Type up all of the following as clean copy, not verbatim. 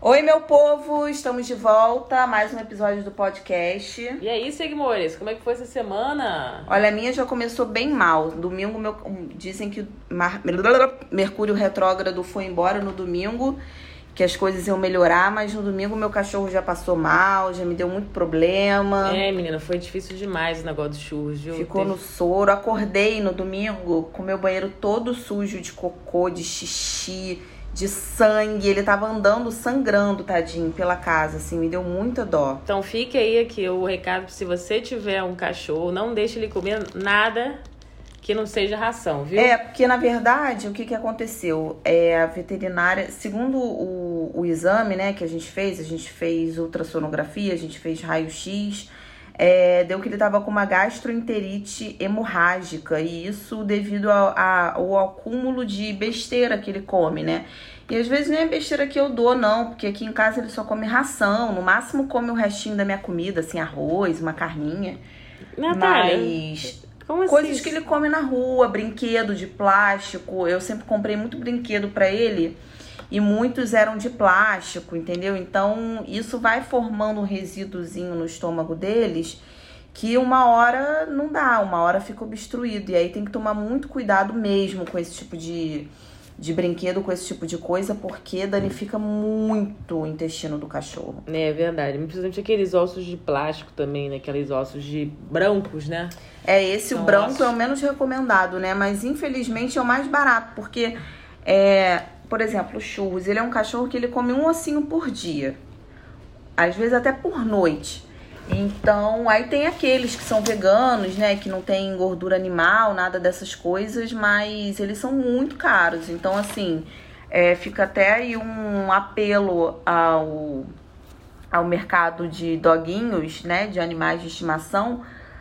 Oi, meu povo! Estamos de volta a mais um episódio do podcast. E aí, seguimores, como é que foi essa semana? Olha, a minha já começou bem mal. Domingo, dizem que Mercúrio retrógrado foi embora no domingo, que as coisas iam melhorar, mas no domingo meu cachorro já passou mal, já me deu muito problema. É, menina, foi difícil demais o negócio dos churros, viu? Ficou no soro. Acordei no domingo com meu banheiro todo sujo de cocô, de xixi, de sangue. Ele tava andando sangrando, tadinho, pela casa, assim, me deu muita dó. Então fique aí aqui o recado, se você tiver um cachorro, não deixe ele comer nada que não seja ração, viu? É, porque na verdade, o que aconteceu? A veterinária, segundo o exame, né, que a gente fez ultrassonografia, a gente fez raio-x, deu que ele tava com uma gastroenterite hemorrágica, e isso devido ao acúmulo de besteira que ele come, né? E às vezes nem é besteira que eu dou, não, porque aqui em casa ele só come ração, no máximo come o restinho da minha comida, assim, arroz, uma carninha. Natália, mas como assim? coisas que ele come na rua, brinquedo de plástico, eu sempre comprei muito brinquedo pra ele e muitos eram de plástico, entendeu? Então isso vai formando um resíduozinho no estômago deles que uma hora não dá, uma hora fica obstruído, e aí tem que tomar muito cuidado mesmo com esse tipo de brinquedo, com esse tipo de coisa, porque danifica muito o intestino do cachorro. É verdade, principalmente aqueles ossos de plástico também, né? Aqueles ossos de brancos, né? O branco é o menos recomendado, né? Mas infelizmente é o mais barato, porque, por exemplo, o churros, ele é um cachorro que ele come um ossinho por dia, às vezes até por noite. Então, aí tem aqueles que são veganos, né, que não tem gordura animal, nada dessas coisas, mas eles são muito caros. Então, assim, fica até aí um apelo ao mercado de doguinhos, né, de animais de estimação,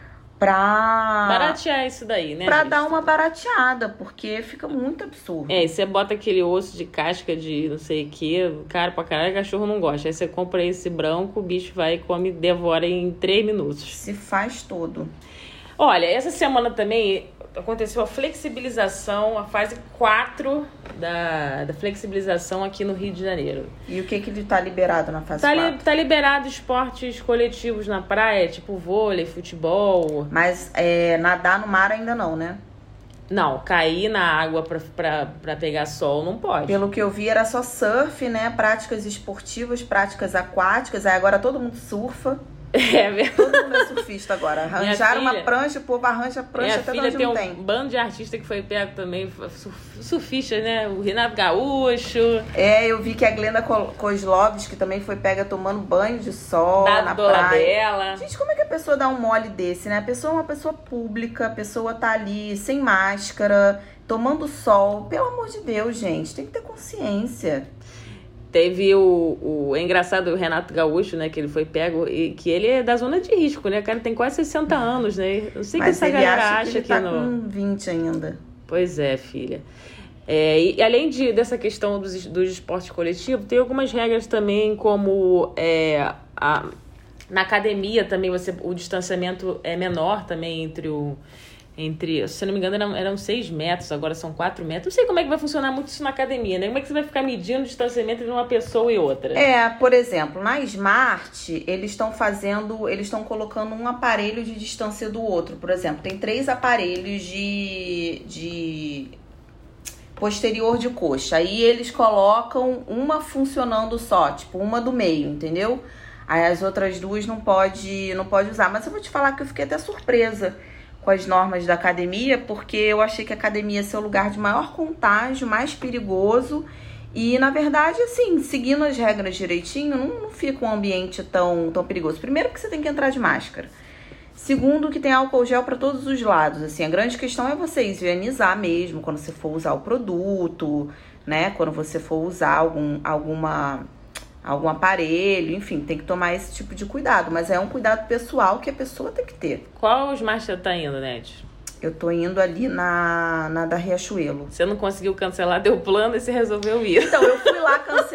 pra baratear isso daí, né? Pra gente? dar uma barateada, porque fica muito absurdo. E você bota aquele osso de casca de não sei o que, caro pra caralho, cachorro não gosta. Aí você compra esse branco, o bicho vai e come, devora em 3 minutos. Se faz todo. Olha, essa semana também aconteceu a flexibilização, a fase 4 da flexibilização aqui no Rio de Janeiro. E o que tá liberado na fase 4? Tá liberado esportes coletivos na praia, tipo vôlei, futebol. Mas nadar no mar ainda não, né? Não, cair na água pra pegar sol não pode. Pelo que eu vi, era só surf, né? Práticas esportivas, práticas aquáticas. Aí agora todo mundo surfa. Todo mundo é surfista agora. Arranjaram uma prancha, o povo arranja a prancha até onde não tem. Um bando de artistas que foi pego também, surfistas, né? O Renato Gaúcho. Eu vi que a Glenda Kozlovski também foi pega tomando banho de sol na praia. Dela. Gente, como é que a pessoa dá um mole desse, né? A pessoa é uma pessoa pública, a pessoa tá ali sem máscara, tomando sol. Pelo amor de Deus, gente, tem que ter consciência. Teve é engraçado o Renato Gaúcho, né? Que ele foi pego e que ele é da zona de risco, né? O cara tem quase 60 anos, né? Eu sei que essa galera acha que ele tá com 20 ainda. Pois é, filha. E além dessa questão dos esportes coletivos, tem algumas regras também, como na academia também o distanciamento é menor também entre, se não me engano, eram 6 metros, agora são 4 metros. Não sei como é que vai funcionar muito isso na academia, né? Como é que você vai ficar medindo o distanciamento entre uma pessoa e outra? Por exemplo, na Smart, eles estão colocando um aparelho de distância do outro. Por exemplo, tem 3 aparelhos de posterior de coxa. Aí eles colocam uma funcionando só, tipo uma do meio, entendeu? Aí as outras 2 não pode usar. Mas eu vou te falar que eu fiquei até surpresa com as normas da academia, porque eu achei que a academia ia ser o lugar de maior contágio, mais perigoso, e na verdade, assim, seguindo as regras direitinho, não fica um ambiente tão perigoso. Primeiro, que você tem que entrar de máscara. Segundo, que tem álcool gel para todos os lados, assim, a grande questão é você higienizar mesmo quando você for usar o produto, né, quando você for usar algum aparelho, enfim, tem que tomar esse tipo de cuidado. Mas é um cuidado pessoal que a pessoa tem que ter. Qual Smart você tá indo, Nete? Eu tô indo ali na da Riachuelo. Você não conseguiu cancelar, deu plano e você resolveu ir. Então, eu fui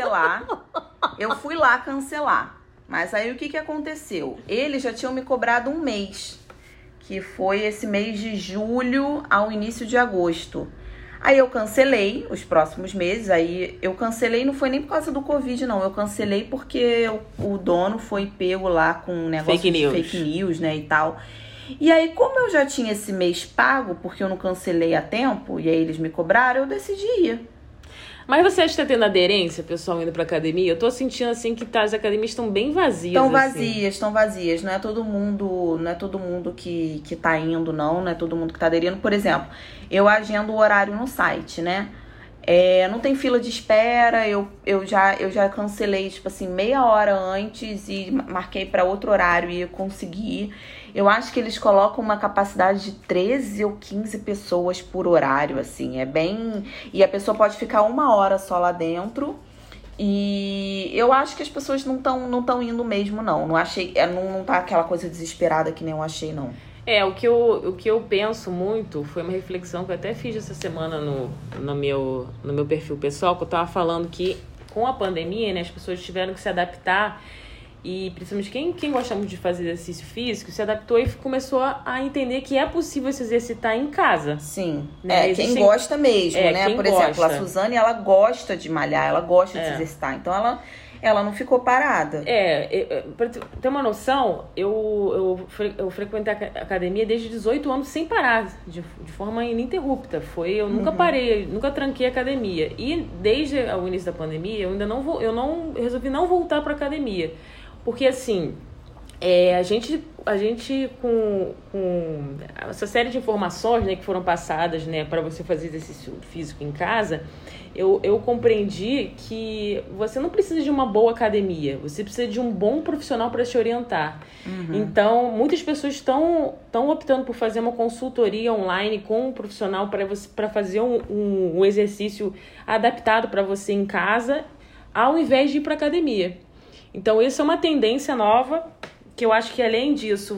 lá cancelar. Mas aí o que aconteceu? Eles já tinham me cobrado um mês, que foi esse mês de julho ao início de agosto. Aí eu cancelei os próximos meses, aí eu cancelei, não foi nem por causa do Covid, não. Eu cancelei porque o dono foi pego lá com um negócio de fake news, né, e tal. E aí, como eu já tinha esse mês pago, porque eu não cancelei a tempo, e aí eles me cobraram, eu decidi ir. Mas você acha que tá tendo aderência, pessoal, indo pra academia? Eu tô sentindo, assim, que as academias estão bem vazias. Estão vazias. Não é todo mundo que tá indo, não é todo mundo que tá aderindo. Por exemplo, eu agendo o horário no site, né? Não tem fila de espera, eu já cancelei, tipo assim, meia hora antes e marquei para outro horário e consegui. Eu acho que eles colocam uma capacidade de 13 ou 15 pessoas por horário, assim, E a pessoa pode ficar 1 hora só lá dentro. E eu acho que as pessoas não tão indo mesmo, não. Não achei, não tá aquela coisa desesperada que nem eu achei, não. O que eu penso muito foi uma reflexão que eu até fiz essa semana no meu perfil pessoal, que eu tava falando que com a pandemia, né, as pessoas tiveram que se adaptar e principalmente quem gosta muito de fazer exercício físico se adaptou e começou a entender que é possível se exercitar em casa. Sim, né? Quem gosta mesmo, né? Por exemplo, a Suzane, ela gosta de malhar, ela gosta de se exercitar, então ela não ficou parada. Pra ter uma noção, eu frequentei a academia desde 18 anos sem parar, de forma ininterrupta. Eu nunca parei, nunca tranquei a academia. E desde o início da pandemia, eu resolvi não voltar pra academia. Porque assim, a gente com essa série de informações, né, que foram passadas, né, para você fazer exercício físico em casa, eu compreendi que você não precisa de uma boa academia, você precisa de um bom profissional para te orientar. Então, muitas pessoas estão optando por fazer uma consultoria online com um profissional para fazer um exercício adaptado para você em casa, ao invés de ir para academia. Então, isso é uma tendência nova, que eu acho que além disso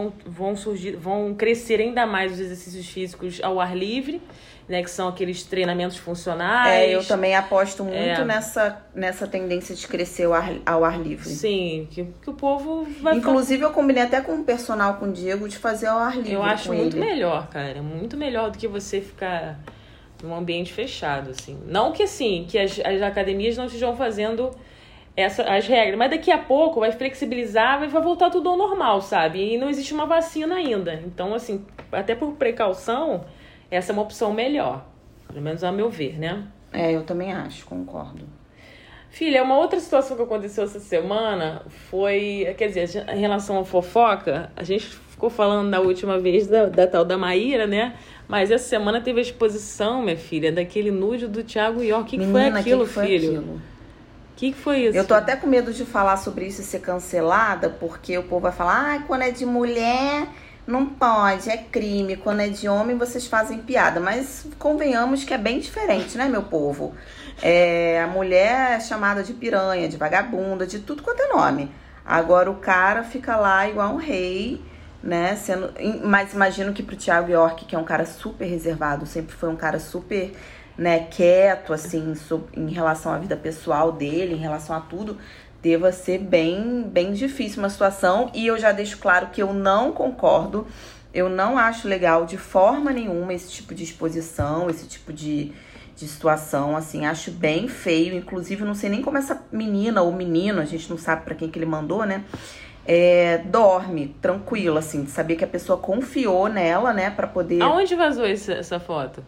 vão crescer ainda mais os exercícios físicos ao ar livre, né, que são aqueles treinamentos funcionais. Eu também aposto muito nessa tendência de crescer ao ar livre. Sim, que o povo vai... Inclusive, eu combinei até com o personal, com o Diego, de fazer ao ar livre. Eu acho muito melhor, cara. Muito melhor do que você ficar num ambiente fechado, assim. Não que, assim, que as academias não estejam fazendo as regras, mas daqui a pouco vai flexibilizar e vai voltar tudo ao normal, sabe? E não existe uma vacina ainda. Então, assim, até por precaução, essa é uma opção melhor. Pelo menos a meu ver, né? Eu também acho, concordo. Filha, uma outra situação que aconteceu essa semana foi... Quer dizer, em relação à fofoca, a gente ficou falando da última vez da tal da Maíra, né? Mas essa semana teve a exposição, minha filha, daquele nude do Thiago York. O que foi aquilo, filho? O que foi isso? Eu tô até com medo de falar sobre isso e ser cancelada, porque o povo vai falar, quando é de mulher, não pode, é crime. Quando é de homem, vocês fazem piada. Mas convenhamos que é bem diferente, né, meu povo? A mulher é chamada de piranha, de vagabunda, de tudo quanto é nome. Agora o cara fica lá igual um rei, né? Mas imagino que pro Thiago York, que é um cara super reservado, sempre foi um cara super... né, quieto, assim, em relação à vida pessoal dele, em relação a tudo, deva ser bem, bem difícil uma situação. E eu já deixo claro que eu não concordo, eu não acho legal de forma nenhuma esse tipo de exposição, esse tipo de situação, assim, acho bem feio. Inclusive, eu não sei nem como essa menina ou menino, a gente não sabe pra quem que ele mandou, né, dorme tranquilo, assim, de saber que a pessoa confiou nela, né, pra poder... Aonde vazou essa foto?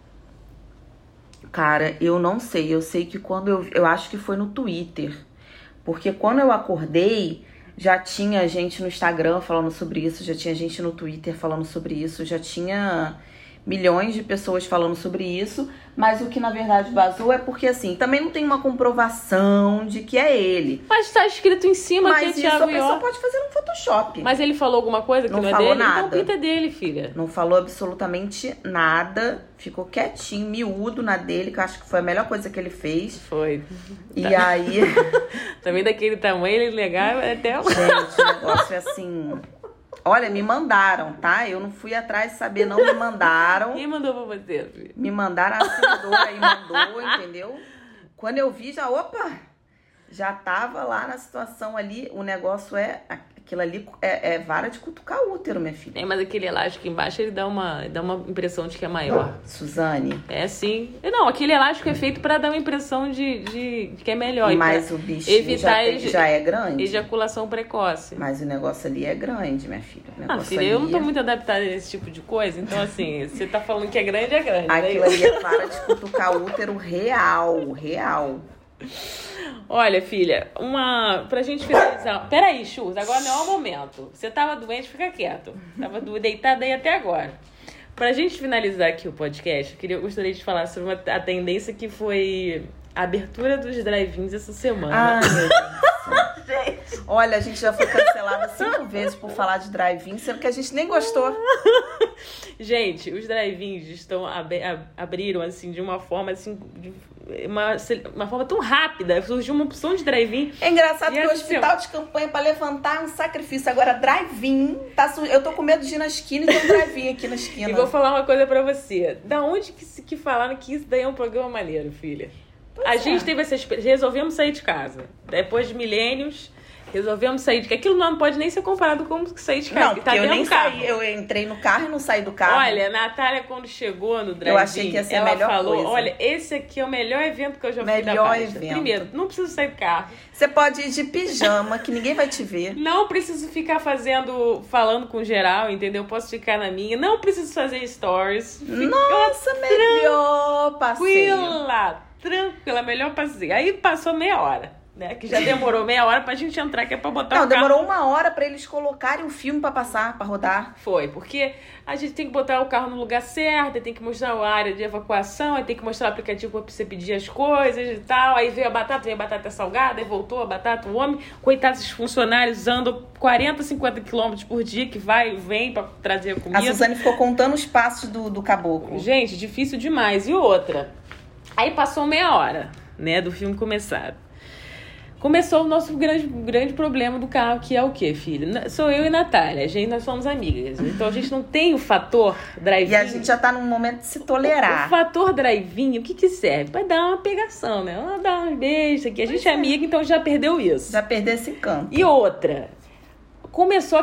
Cara, eu não sei. Eu sei que quando eu acho que foi no Twitter. Porque quando eu acordei, já tinha gente no Instagram falando sobre isso, já tinha gente no Twitter falando sobre isso, já tinha milhões de pessoas falando sobre isso, mas o que na verdade vazou é porque, assim, também não tem uma comprovação de que é ele. Mas tá escrito em cima mas que é isso Thiago a pessoa York. pode fazer no Photoshop. Mas ele falou alguma coisa que não é falou dele? nada. Então pinta é dele, filha. Não falou absolutamente nada. Ficou quietinho, miúdo na dele, que eu acho que foi a melhor coisa que ele fez. Foi. E aí... Também daquele tamanho, ele legal até... Gente, o negócio é assim... Olha, me mandaram, tá? Eu não fui atrás de saber, não me mandaram. Quem mandou pra você, filha? Me mandaram, a seguidora aí mandou, entendeu? Quando eu vi, já tava lá na situação ali. O negócio é Aquilo ali é vara de cutucar útero, minha filha. Mas aquele elástico embaixo, ele dá uma impressão de que é maior. Suzane. Sim. Não, aquele elástico é feito pra dar uma impressão de que é melhor. Mas o bichinho já é grande. Ejaculação precoce. Mas o negócio ali é grande, minha filha. Filha, eu não tô muito adaptada a esse tipo de coisa. Então, assim, você tá falando que é grande, é grande. Aquilo ali é vara de cutucar útero real. Olha, filha, pra gente finalizar... Peraí, Chus, agora não é o momento. Você tava doente, fica quieto. Tava deitada aí até agora. Pra gente finalizar aqui o podcast, eu gostaria de falar sobre a tendência que foi a abertura dos drive-ins essa semana. Ai, meu Deus. Gente. Olha, a gente já foi cancelada 5 vezes por falar de drive-in, sendo que a gente nem gostou. Gente, os drive-ins abriram, assim, de uma forma, assim... Uma forma tão rápida. Surgiu uma opção de drive-in. É engraçado que o hospital de campanha pra levantar é um sacrifício. Agora, drive-in... Eu tô com medo de ir na esquina e ter um drive-in aqui na esquina. E vou falar uma coisa pra você. Da onde que falaram que isso daí é um programa maneiro, filha? A gente teve essa experiência. Resolvemos sair de casa. Depois de milênios... Resolvemos sair de casa. Aquilo não pode nem ser comparado com sair de casa. Não, porque eu nem saí. Eu entrei no carro e não saí do carro. Olha, a Natália, quando chegou no drive-in, eu achei que ia ser a melhor falou, coisa. olha, esse aqui é o melhor evento que eu já fui da Basta. Primeiro, não preciso sair do carro. Você pode ir de pijama, que ninguém vai te ver. Não preciso ficar falando com geral, entendeu? Posso ficar na minha. Não preciso fazer stories. Nossa, melhor passeio. Tranquila, melhor passeio. Aí passou meia hora. Né? Que já demorou meia hora pra gente entrar, que é pra botar o carro. Não, demorou 1 hora pra eles colocarem o filme pra passar, pra rodar. Foi, porque a gente tem que botar o carro no lugar certo, tem que mostrar a área de evacuação, aí tem que mostrar o aplicativo pra você pedir as coisas e tal. Aí veio a batata salgada, aí voltou a batata, o homem. Coitados dos funcionários andam 40, 50 quilômetros por dia, que vai e vem pra trazer a comida. A Suzane ficou contando os passos do caboclo. Gente, difícil demais. E outra, aí passou meia hora, né, do filme começar. Começou o nosso grande problema do carro, que é o quê, filho? Sou eu e Natália, nós somos amigas. Então a gente não tem o fator drive-in. E a gente já tá num momento de se tolerar. O fator drive-in, o que serve? Pra dar uma pegação, né? Dar uns beijos aqui. A gente é amiga, então já perdeu isso. Já perdeu esse encanto. E outra, começou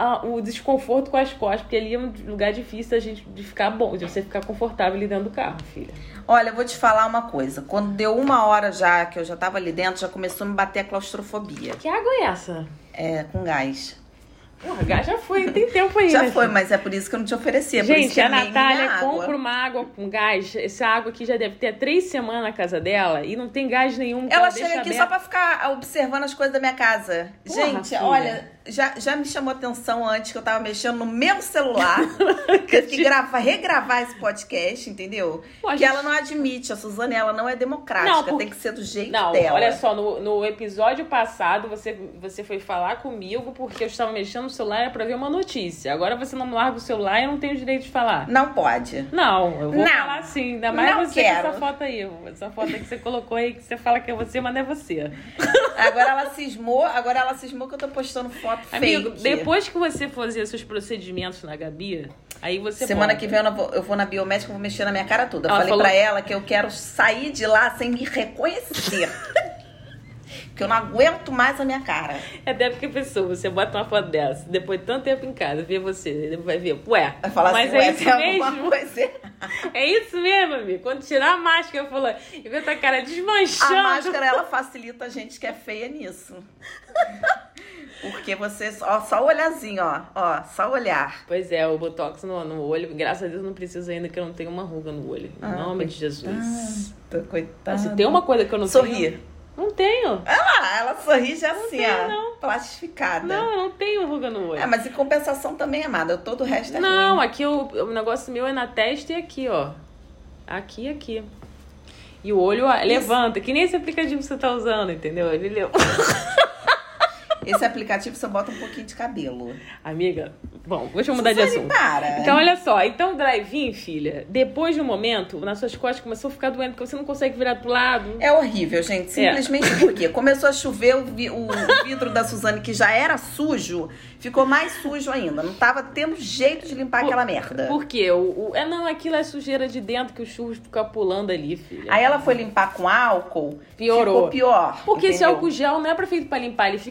o desconforto com as costas, porque ali é um lugar difícil de ficar bom, de você ficar confortável ali dentro do carro, filha. Olha, eu vou te falar uma coisa. Quando deu 1 hora já, que eu já tava ali dentro, já começou a me bater a claustrofobia. Que água é essa? É, com gás. Porra, gás já foi, tem tempo aí, já né? foi, mas é por isso que eu não te oferecia. Gente, por isso que a Natália compra uma água com gás. Essa água aqui já deve ter 3 semanas na casa dela e não tem gás nenhum. Ela chega aqui só pra ficar observando as coisas da minha casa. Porra, gente, filha. Olha, já me chamou atenção antes que eu tava mexendo no meu celular. Que eu fiquei regravar esse podcast, entendeu? Pô, que ela não admite. A Suzane, ela não é democrática. Tem que ser do jeito dela. Olha só, no episódio passado, você foi falar comigo porque eu estava mexendo no celular pra ver uma notícia. Agora você não larga o celular e eu não tenho o direito de falar. Não pode. Não, eu vou falar sim. Ainda mais não você quero. Com essa foto aí. Essa foto aí que você colocou aí, que você fala que é você, mas não é você. Agora ela cismou que eu tô postando foto Amigo, fake. Depois que você fazer seus procedimentos na Gabi, aí você Semana que vem eu vou na biomédica e vou mexer na minha cara toda. Eu falei pra ela que eu quero sair de lá sem me reconhecer. Porque eu não aguento mais a minha cara. É até porque, pessoa, você bota uma foto dessa, depois de tanto tempo em casa, vê você, ele vai ver, ué, vai falar mas assim, é isso mesmo? É isso mesmo, amigo. Quando tirar a máscara, eu falo, e ver tua cara desmanchando. A máscara, ela facilita a gente que é feia nisso. Porque você, só o olhazinho, ó, só olhar. Pois é, o botox no olho, graças a Deus não preciso ainda, que eu não tenho uma ruga no olho. Em nome de Jesus. Coitada. Se tem uma coisa que eu não tenho... Não tenho. Ela sorri já não assim, tenho, não. Plastificada. Não, eu não tenho ruga no olho. Mas em compensação também, amada. Todo o resto é ruim. Não, aqui o negócio meu é na testa e aqui, ó. Aqui e aqui. E o olho levanta, que nem esse aplicativo que você tá usando, entendeu? Ele levanta. Esse aplicativo você bota um pouquinho de cabelo. Amiga, bom, deixa eu mudar de assunto. Para. Então, olha só. Então, o drive-in, filha, depois de um momento, nas suas costas começou a ficar doendo, porque você não consegue virar pro lado. É horrível, gente. Simplesmente porque começou a chover, o vidro da Suzane, que já era sujo, ficou mais sujo ainda. Não tava tendo jeito de limpar aquela merda. Por quê? Não, aquilo é sujeira de dentro que o churro fica pulando ali, filha. Aí ela foi limpar com álcool, piorou. Ficou pior. Porque entendeu? esse álcool gel não é pra feito pra limpar, ele fica gosmento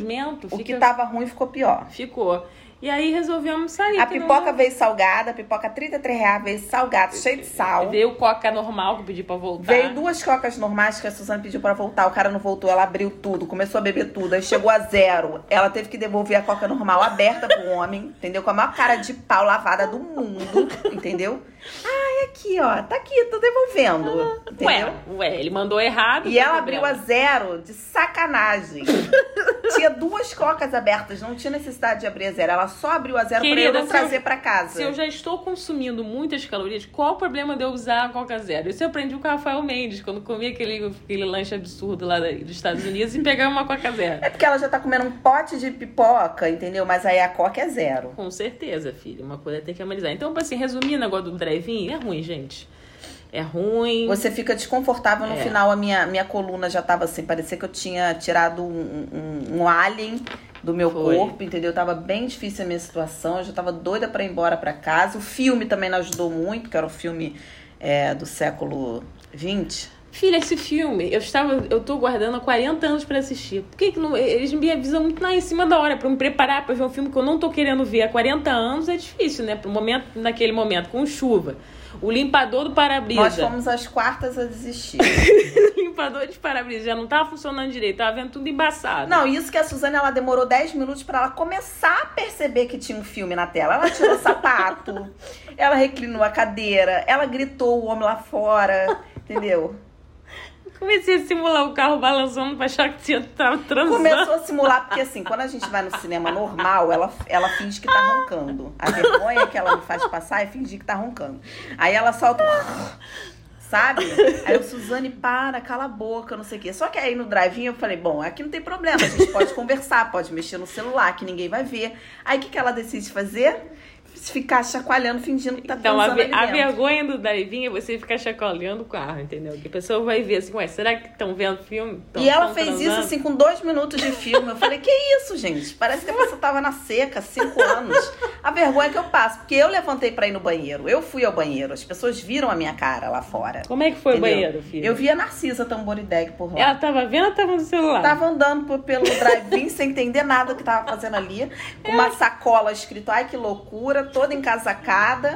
atendimento... O que tava ruim ficou pior. Ficou. E aí resolvemos sair. A pipoca veio salgada, a pipoca R$33 veio salgada, cheio de sal. Veio Coca normal que eu pedi pra voltar. Veio 2 cocas normais que a Suzane pediu pra voltar. O cara não voltou, ela abriu tudo, começou a beber tudo. Aí chegou a 0. Ela teve que devolver a coca normal aberta pro homem, entendeu? Com a maior cara de pau lavada do mundo, entendeu? Ah, é aqui, ó. Tá aqui, tô devolvendo. Entendeu? Ué, ele mandou errado. E ela abriu a 0 de sacanagem. Tinha 2 cocas abertas, não tinha necessidade de abrir a 0. Ela só abriu a 0 pra eu não trazer pra casa. Se eu já estou consumindo muitas calorias, qual o problema de eu usar a Coca Zero? Isso eu aprendi com o Rafael Mendes, quando comi aquele lanche absurdo lá dos Estados Unidos e pegava uma Coca Zero. É porque ela já tá comendo um pote de pipoca, entendeu? Mas aí a Coca é 0. Com certeza, filha. Uma coisa tem que analisar. Então, assim, resumir o negócio do drive-in, é ruim, gente. É ruim. Você fica desconfortável no final. A minha coluna já tava assim, parecia que eu tinha tirado um alien do meu corpo, entendeu? Tava bem difícil a minha situação, eu já tava doida pra ir embora pra casa. O filme também não ajudou muito, que era um filme do século XX. Filha, esse filme, eu tô guardando há 40 anos pra assistir. Por que não, eles me avisam muito em cima da hora pra me preparar pra ver um filme que eu não tô querendo ver há 40 anos? É difícil, né? Naquele momento, com chuva. O limpador do para-brisa. Nós fomos às quartas a desistir. O limpador de para-brisa já não tava funcionando direito, tava vendo tudo embaçado. Não, isso que a Suzane, ela demorou 10 minutos pra ela começar a perceber que tinha um filme na tela. Ela tirou o sapato, ela reclinou a cadeira, ela gritou o homem lá fora, entendeu? Comecei a simular o carro balançando pra achar que tava transando. Começou a simular, porque assim, quando a gente vai no cinema normal, ela finge que tá roncando. A vergonha que ela me faz passar é fingir que tá roncando. Aí ela solta, sabe? Aí o Suzane, cala a boca, não sei o quê. Só que aí no drive-in eu falei, bom, aqui não tem problema, a gente pode conversar, pode mexer no celular, que ninguém vai ver. Aí o que ela decide fazer? Ficar chacoalhando, fingindo que tá transando ali dentro. A vergonha do drive-in é você ficar chacoalhando o carro, entendeu? Que a pessoa vai ver assim, será que estão vendo filme? E ela fez isso assim com 2 minutos de filme. Eu falei, que isso, gente? Parece que a pessoa tava na seca, 5 anos. A vergonha que eu passo, porque eu levantei pra ir no banheiro. Eu fui ao banheiro, as pessoas viram a minha cara lá fora. Como é que foi, entendeu? O banheiro, filha? Eu vi a Narcisa Tamborideg por lá. Ela tava vendo ou tava no celular? Tava andando pelo drive-in sem entender nada do que tava fazendo ali. Com uma sacola escrito, ai que loucura, toda encasacada.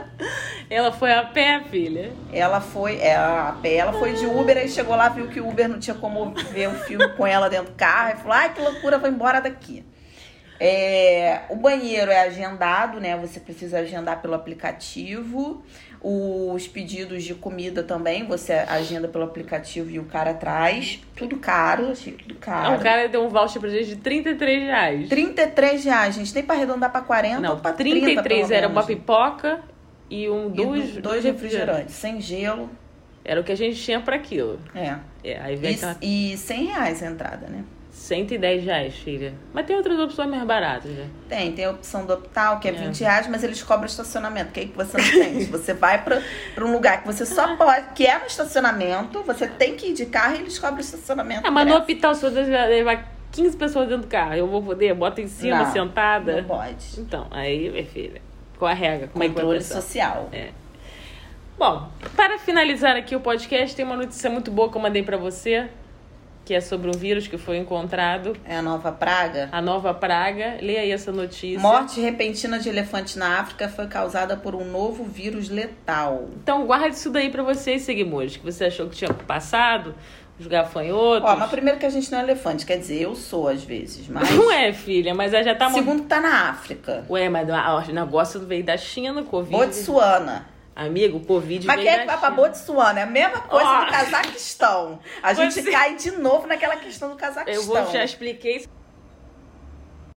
Ela foi a pé, filha? Ela foi a pé, ela foi de Uber, aí chegou lá, viu que o Uber não tinha como ver um filme com ela dentro do carro, e falou, ai que loucura, vou embora daqui. O banheiro é agendado, né? Você precisa agendar pelo aplicativo. Os pedidos de comida também, você agenda pelo aplicativo e o cara traz. Tudo caro, achei tudo caro. O cara deu um voucher pra gente de R$33. R$33, gente. Nem pra arredondar pra 40 ou pra 30, 33 era uma pipoca e dois refrigerantes. Sem gelo. Era o que a gente tinha pra aquilo. Aí vem e R$100 a entrada, né? R$110, filha. Mas tem outras opções mais baratas, né? Tem a opção do Optal, que é R$20, mas eles cobram estacionamento, que aí que você não tem. Se você vai pra um lugar que você só pode, que é no estacionamento, você tem que ir de carro e eles cobram estacionamento. Mas no Optal, se você levar 15 pessoas dentro do carro, eu vou poder, bota em cima, sentada. Não pode. Então, aí, minha filha, com a regra. Controle social. Bom, para finalizar aqui o podcast, tem uma notícia muito boa que eu mandei pra você, que é sobre um vírus que foi encontrado. É a nova praga? A nova praga. Leia aí essa notícia. Morte repentina de elefante na África foi causada por um novo vírus letal. Então guarde isso daí pra vocês, seguimores, que você achou que tinha passado, os gafanhotos. Mas primeiro que a gente não é elefante, quer dizer, eu sou às vezes, mas... Não é, filha, mas já tá... Segundo que tá na África. Ué, mas o negócio veio da China, o Covid... Botsuana. Amigo, o Covid mas veio quem é que vai pra Botsuana? É a mesma coisa do Cazaquistão. A gente Você... cai de novo naquela questão do Cazaquistão. Já expliquei isso.